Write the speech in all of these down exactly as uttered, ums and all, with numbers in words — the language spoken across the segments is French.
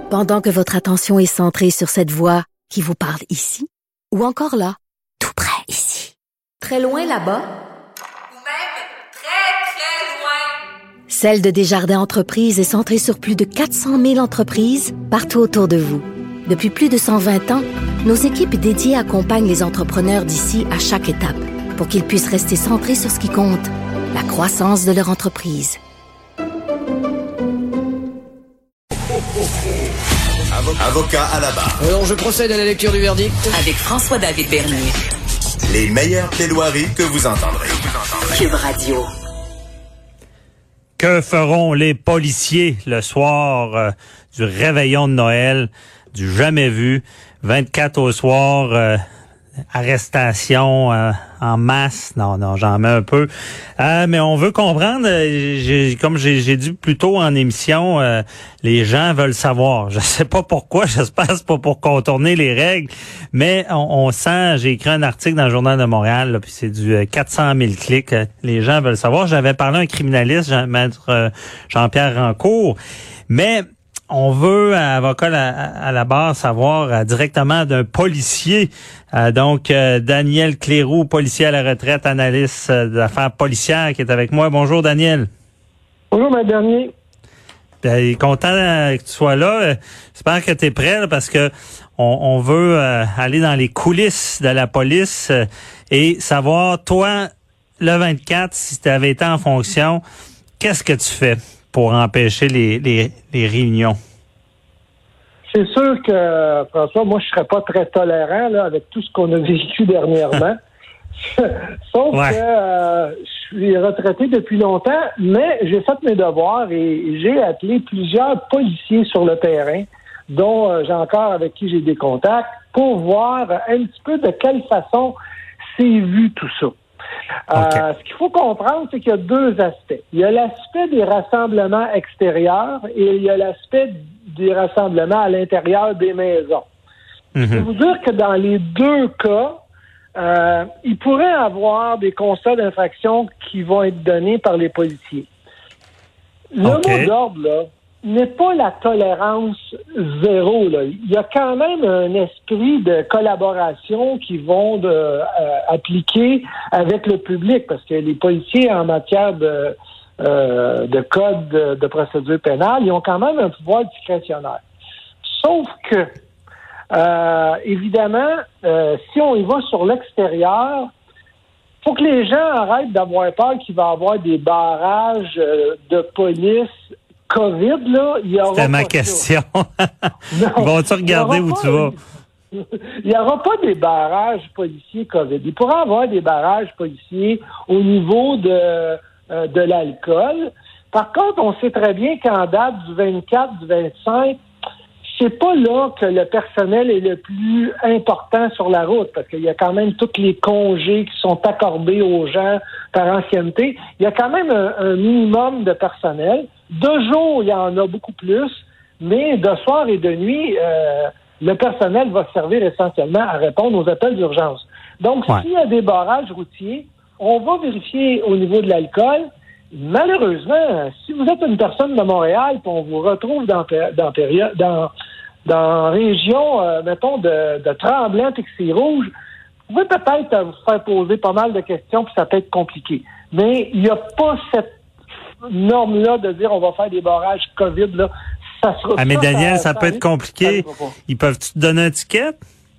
Pendant que votre attention est centrée sur cette voix qui vous parle ici, ou encore là, tout près ici, très loin là-bas, ou même très, très loin, Celle de Desjardins Entreprises est centrée sur plus de quatre cent mille entreprises partout autour de vous. Depuis plus de cent vingt ans, nos équipes dédiées accompagnent les entrepreneurs d'ici à chaque étape pour qu'ils puissent rester centrés sur ce qui compte, la croissance de leur entreprise. Avocat à la barre. Alors, je procède à la lecture du verdict. Avec François-David Bernier. Les meilleures plaidoiries que vous entendrez. Cube Radio. Que feront les policiers le soir euh, du réveillon de Noël, du jamais vu, vingt-quatre au soir, euh, arrestation euh, en masse. Non, non, j'en mets un peu. Euh, mais on veut comprendre, euh, j'ai, comme j'ai, j'ai dit plus tôt en émission, euh, les gens veulent savoir. Je sais pas pourquoi, j'espère que c'est pas pour contourner les règles, mais on, on sent, j'ai écrit un article dans le Journal de Montréal, là, puis c'est du euh, quatre cent mille clics. Les gens veulent savoir. J'avais parlé à un criminaliste, Jean, maître euh, Jean-Pierre Rancourt, mais on veut, à avocat à, à la barre, savoir euh, directement d'un policier. Euh, donc, euh, Daniel Cléroux, policier à la retraite, analyste euh, d'affaires policières, qui est avec moi. Bonjour, Daniel. Bonjour, M. Bernier. Ben, content euh, que tu sois là. Euh, J'espère que tu es prêt, là, parce que on, on veut euh, aller dans les coulisses de la police euh, et savoir, toi, le vingt-quatre, si tu avais été en fonction, qu'est-ce que tu fais pour empêcher les, les, les réunions? C'est sûr que, François, moi, je serais pas très tolérant là, avec tout ce qu'on a vécu dernièrement. Sauf ouais. que euh, je suis retraité depuis longtemps, mais j'ai fait mes devoirs et j'ai appelé plusieurs policiers sur le terrain, dont euh, j'ai encore avec qui j'ai des contacts, pour voir un petit peu de quelle façon c'est vu tout ça. Okay. Euh, ce qu'il faut comprendre, c'est qu'il y a deux aspects. Il y a l'aspect des rassemblements extérieurs et il y a l'aspect des rassemblements à l'intérieur des maisons. Mm-hmm. Je peux vous dire que dans les deux cas, euh, il pourrait y avoir des constats d'infraction qui vont être donnés par les policiers. Le okay. mot d'ordre, là, n'est pas la tolérance zéro. Là. Il y a quand même un esprit de collaboration qui vont de, euh, appliquer avec le public, parce que les policiers, en matière de, euh, de code de, de procédure pénale, ils ont quand même un pouvoir discrétionnaire. Sauf que, euh, évidemment, euh, si on y va sur l'extérieur, faut que les gens arrêtent d'avoir peur qu'il va y avoir des barrages euh, de police COVID, là, il y aura C'était pas ma question. Non, vont-tu regarder où tu vas? Il n'y aura pas des barrages policiers COVID. Il pourra y avoir des barrages policiers au niveau de, euh, de l'alcool. Par contre, on sait très bien qu'en date du vingt-quatre, du vingt-cinq, c'est pas là que le personnel est le plus important sur la route, parce qu'il y a quand même tous les congés qui sont accordés aux gens par ancienneté. Il y a quand même un, un minimum de personnel. De jour, il y en a beaucoup plus, mais de soir et de nuit, euh, le personnel va servir essentiellement à répondre aux appels d'urgence. Donc, ouais. s'il y a des barrages routiers, on va vérifier au niveau de l'alcool. Malheureusement, si vous êtes une personne de Montréal, puis on vous retrouve dans dans période dans dans région, euh, mettons de, de Tremblant et que c'est rouge, vous pouvez peut-être vous faire poser pas mal de questions, puis ça peut être compliqué. Mais il n'y a pas cette norme-là de dire on va faire des barrages COVID là. Ça sera, ah mais ça, Daniel, ça, ça, ça peut être compliqué. Ils peuvent-tu te donner un ticket?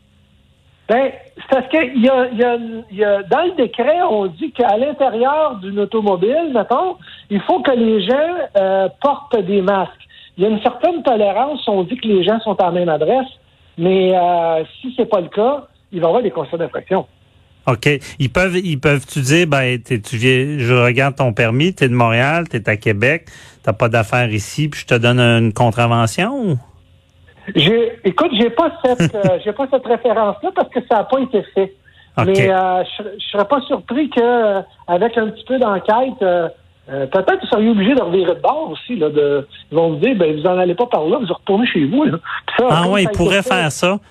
Ben, c'est parce que il y a, il y a, il y a, dans le décret, on dit qu'à l'intérieur d'une automobile, mettons, il faut que les gens euh, portent des masques. Il y a une certaine tolérance, on dit que les gens sont à la même adresse, mais euh, si c'est pas le cas, il va y avoir des constats d'infraction. OK. Ils peuvent, ils peuvent tu dire, ben, t'es, tu viens, je regarde ton permis, t'es de Montréal, t'es à Québec, t'as pas d'affaires ici, puis je te donne une contravention? J'ai, écoute, j'ai pas cette, euh, j'ai pas cette référence-là parce que ça n'a pas été fait. Okay. Mais euh, je, je serais pas surpris que, euh, avec un petit peu d'enquête, euh, euh, peut-être vous seriez obligé de revirer de bord aussi. Là, de, ils vont vous dire, ben vous en allez pas par là, vous retournez chez vous. Là. Ça, ah ouais, ils pourraient faire ça.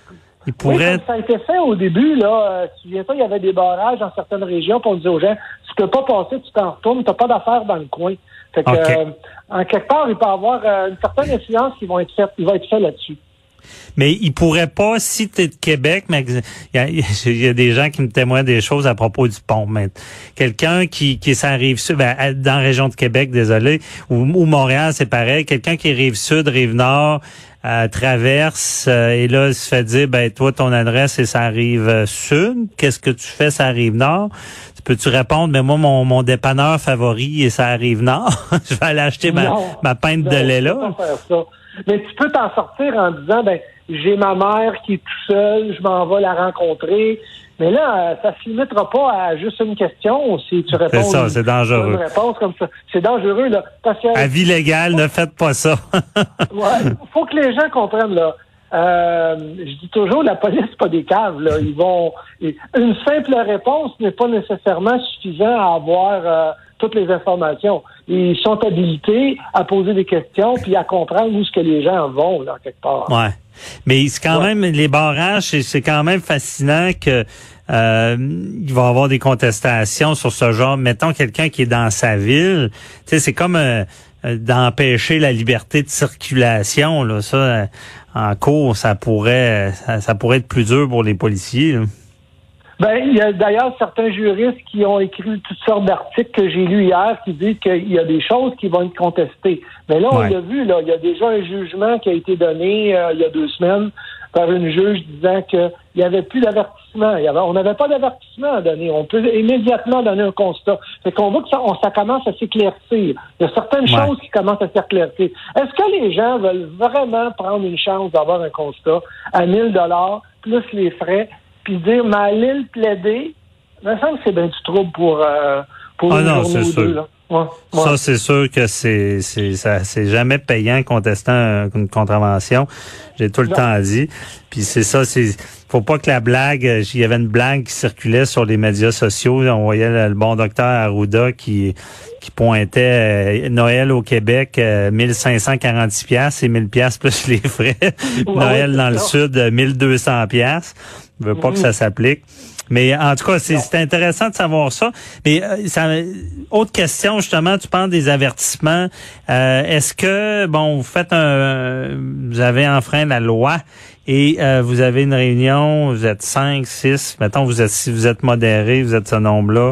Il pourrait... Oui, comme ça a été fait au début, là, euh, tu te souviens pas, il y avait des barrages dans certaines régions, pour on disait aux gens, tu peux pas passer, tu t'en retournes, t'as pas d'affaires dans le coin. Fait que, okay. euh, en quelque part, il peut y avoir euh, une certaine influence qui va être faite, il va être fait là-dessus. Mais il pourrait pas, si tu es de Québec, mais il y, a, il y a des gens qui me témoignent des choses à propos du pont. Mais quelqu'un qui qui s'en rive sud, ben, dans la région de Québec, désolé, ou, ou Montréal, c'est pareil. Quelqu'un qui est rive sud, rive nord, euh, traverse euh, et là il se fait dire, ben toi ton adresse est sa rive sud. Qu'est-ce que tu fais sa rive nord? Peux-tu répondre, mais moi, mon, mon dépanneur favori est sa rive nord. Je vais aller acheter ma, non, ma pinte non, de lait là. Tu peux pas faire ça. Mais tu peux t'en sortir en disant, ben, j'ai ma mère qui est tout seule, je m'en vais la rencontrer. Mais là, ça se limitera pas à juste une question. Si tu réponds c'est ça, c'est dangereux. Une réponse comme ça, c'est dangereux là. Parce que, avis légal, ne faites pas ça. Ouais, faut que les gens comprennent là. Euh, je dis toujours, la police, c'est pas des caves, là. Ils vont, une simple réponse n'est pas nécessairement suffisant à avoir euh, toutes les informations. Ils sont habilités à poser des questions puis à comprendre où ce que les gens vont, là, quelque part. Ouais. Mais c'est quand ouais. même, les barrages, c'est, c'est quand même fascinant que, euh, il va y avoir des contestations sur ce genre. Mettons quelqu'un qui est dans sa ville. Tu sais, c'est comme, euh, d'empêcher la liberté de circulation, là. Ça, en cours, ça pourrait, ça, ça pourrait être plus dur pour les policiers, là. Ben, il y a d'ailleurs certains juristes qui ont écrit toutes sortes d'articles que j'ai lus hier qui disent qu'il y a des choses qui vont être contestées. Mais là, on ouais. l'a vu, là, il y a déjà un jugement qui a été donné euh, il y a deux semaines par une juge disant qu'il n'y avait plus d'avertissement. Il y avait, on n'avait pas d'avertissement à donner. On peut immédiatement donner un constat. Fait qu'on voit que ça, on, ça commence à s'éclaircir. Il y a certaines ouais. choses qui commencent à s'éclaircir. Est-ce que les gens veulent vraiment prendre une chance d'avoir un constat à mille dollars plus les frais, puis dire, mais aller le plaider, il me semble que c'est bien du trouble pour, euh, pour ah une non, journée c'est ou sûr. deux. Là. Ouais, ouais. Ça, c'est sûr que c'est c'est ça c'est jamais payant contestant une contravention. J'ai tout le non. temps dit. Puis c'est ça, c'est faut pas que la blague, il y avait une blague qui circulait sur les médias sociaux. On voyait le, le bon docteur Arruda qui qui pointait euh, Noël au Québec, euh, mille cinq cent quarante-six piastres et mille piastres plus les frais. Ouais, Noël dans le sud, mille deux cents piastres. Je veux pas mm-hmm. que ça s'applique. Mais en tout cas, c'est, c'est intéressant de savoir ça. Mais euh, ça, autre question, justement, tu parles des avertissements. Euh, est-ce que, bon, vous faites un... Vous avez enfreint la loi et euh, vous avez une réunion, vous êtes cinq, six, mettons, vous êtes, si vous êtes modéré, vous êtes ce nombre-là,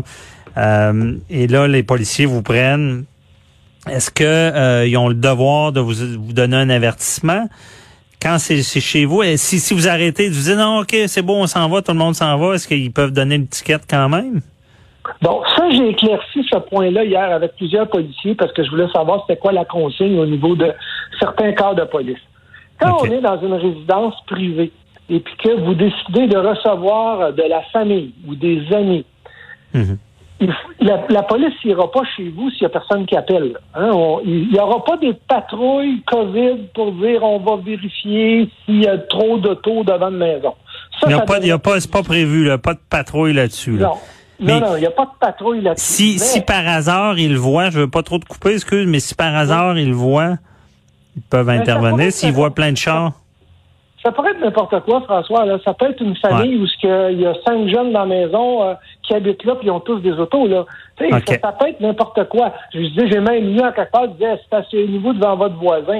euh, et là, les policiers vous prennent. Est-ce que euh, ils ont le devoir de vous, vous donner un avertissement? Quand c'est, c'est chez vous, et si, si vous arrêtez, vous dites non, ok, c'est bon, on s'en va, tout le monde s'en va, est-ce qu'ils peuvent donner une ticket quand même? Bon, ça, j'ai éclairci ce point-là hier avec plusieurs policiers parce que je voulais savoir c'était quoi la consigne au niveau de certains corps de police. Quand okay. on est dans une résidence privée et puis que vous décidez de recevoir de la famille ou des amis, mm-hmm. il, la, la police n'ira pas chez vous s'il n'y a personne qui appelle. Hein? On, il n'y aura pas des patrouilles COVID pour dire on va vérifier s'il y a trop d'autos devant une maison. Ça, il n'y a pas, il y a pas, c'est pas prévu, là, pas de patrouille là-dessus. Là. Non. Mais non, non, il n'y a pas de patrouille là-dessus. Si, mais... si par hasard ils le voient, je veux pas trop te couper, excuse, mais si par hasard oui. ils le voient, ils peuvent mais intervenir s'ils voient plein de chars. Ça pourrait être n'importe quoi, François. Là. Ça peut être une famille ouais. où il y a cinq jeunes dans la maison euh, qui habitent là puis ils ont tous des autos. Là. Okay. Ça, ça peut être n'importe quoi. Je disais, j'ai même lu en quelque part, je disais, stationnez-vous devant votre voisin.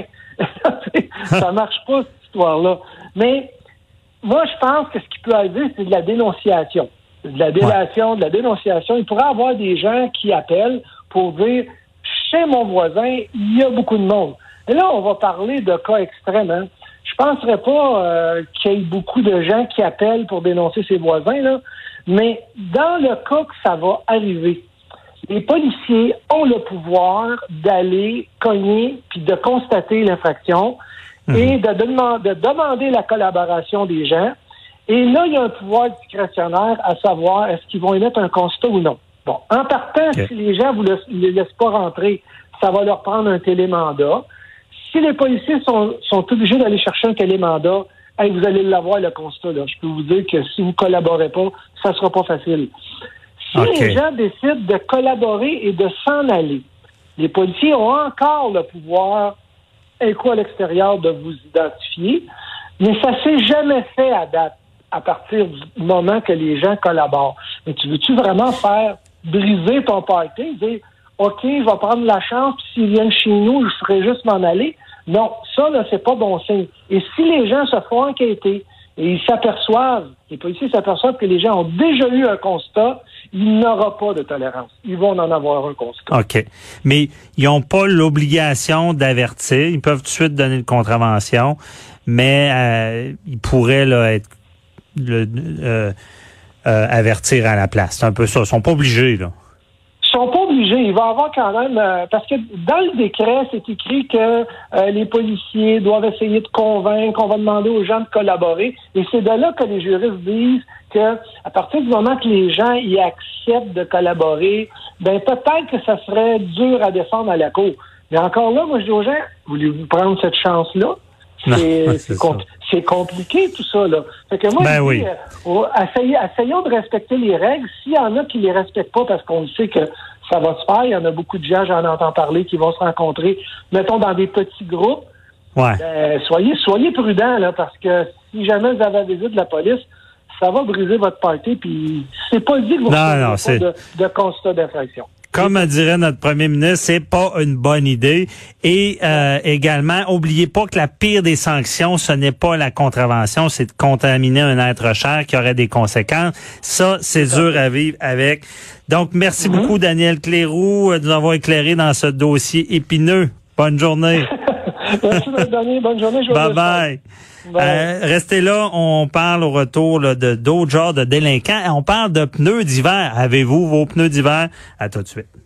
Ça marche pas, cette histoire-là. Mais moi, je pense que ce qui peut arriver, c'est de la dénonciation. De la délation, ouais. de la dénonciation. Il pourrait y avoir des gens qui appellent pour dire, chez mon voisin, il y a beaucoup de monde. Et là, on va parler de cas extrêmes. Hein. Je penserais pas euh, qu'il y ait beaucoup de gens qui appellent pour dénoncer ses voisins, là. Mais dans le cas que ça va arriver, les policiers ont le pouvoir d'aller cogner puis de constater l'infraction mmh. et de, de, de demander la collaboration des gens. Et là, il y a un pouvoir discrétionnaire à savoir est-ce qu'ils vont émettre un constat ou non. Bon, en partant, okay. si les gens ne les laissent pas rentrer, ça va leur prendre un télémandat. Si les policiers sont, sont obligés d'aller chercher un télémandat, hey, vous allez l'avoir, le constat. Là. Je peux vous dire que si vous ne collaborez pas, ça ne sera pas facile. Si okay. les gens décident de collaborer et de s'en aller, les policiers ont encore le pouvoir, écho à l'extérieur, de vous identifier, mais ça ne s'est jamais fait à date. à partir du moment que les gens collaborent. Mais tu veux-tu vraiment faire briser ton party, dire OK, je vais prendre la chance, puis s'ils viennent chez nous, je ferai juste m'en aller? Non, ça, là, c'est pas bon signe. Et si les gens se font enquêter et ils s'aperçoivent, les policiers s'aperçoivent que les gens ont déjà eu un constat, il n'y aura pas de tolérance. Ils vont en avoir un constat. OK. Mais ils n'ont pas l'obligation d'avertir. Ils peuvent tout de suite donner une contravention, mais euh, ils pourraient là, être le, euh, euh, avertir à la place. C'est un peu ça. Ils sont pas obligés, là. Ils sont pas obligés. Il va y avoir quand même... Euh, parce que dans le décret, c'est écrit que euh, les policiers doivent essayer de convaincre, on va demander aux gens de collaborer. Et c'est de là que les juristes disent que à partir du moment que les gens y acceptent de collaborer, ben peut-être que ça serait dur à défendre à la cour. Mais encore là, moi je dis aux gens, voulez-vous prendre cette chance-là? C'est, non, c'est, com- c'est compliqué tout ça, là. Fait que moi, ben je dis, oui. euh, essayez, essayons de respecter les règles. S'il y en a qui les respectent pas parce qu'on sait que ça va se faire, il y en a beaucoup de gens, j'en entends parler, qui vont se rencontrer, mettons, dans des petits groupes. Ouais. Ben, soyez, soyez prudents, là, parce que si jamais vous avez la visite de la police, ça va briser votre party, puis c'est pas dit que vous n'avez pas de, de constat d'infraction. Comme dirait notre premier ministre, c'est pas une bonne idée. Et euh, également, oubliez pas que la pire des sanctions, ce n'est pas la contravention, c'est de contaminer un être cher qui aurait des conséquences. Ça, c'est dur à vivre avec. Donc, merci mm-hmm. beaucoup, Daniel Cléroux, de nous avoir éclairé dans ce dossier épineux. Bonne journée. Merci, Daniel. Bonne journée. Bye bye. Euh, restez là, on parle au retour là, de d'autres genres de délinquants. On parle de pneus d'hiver. Avez-vous vos pneus d'hiver? À tout de suite.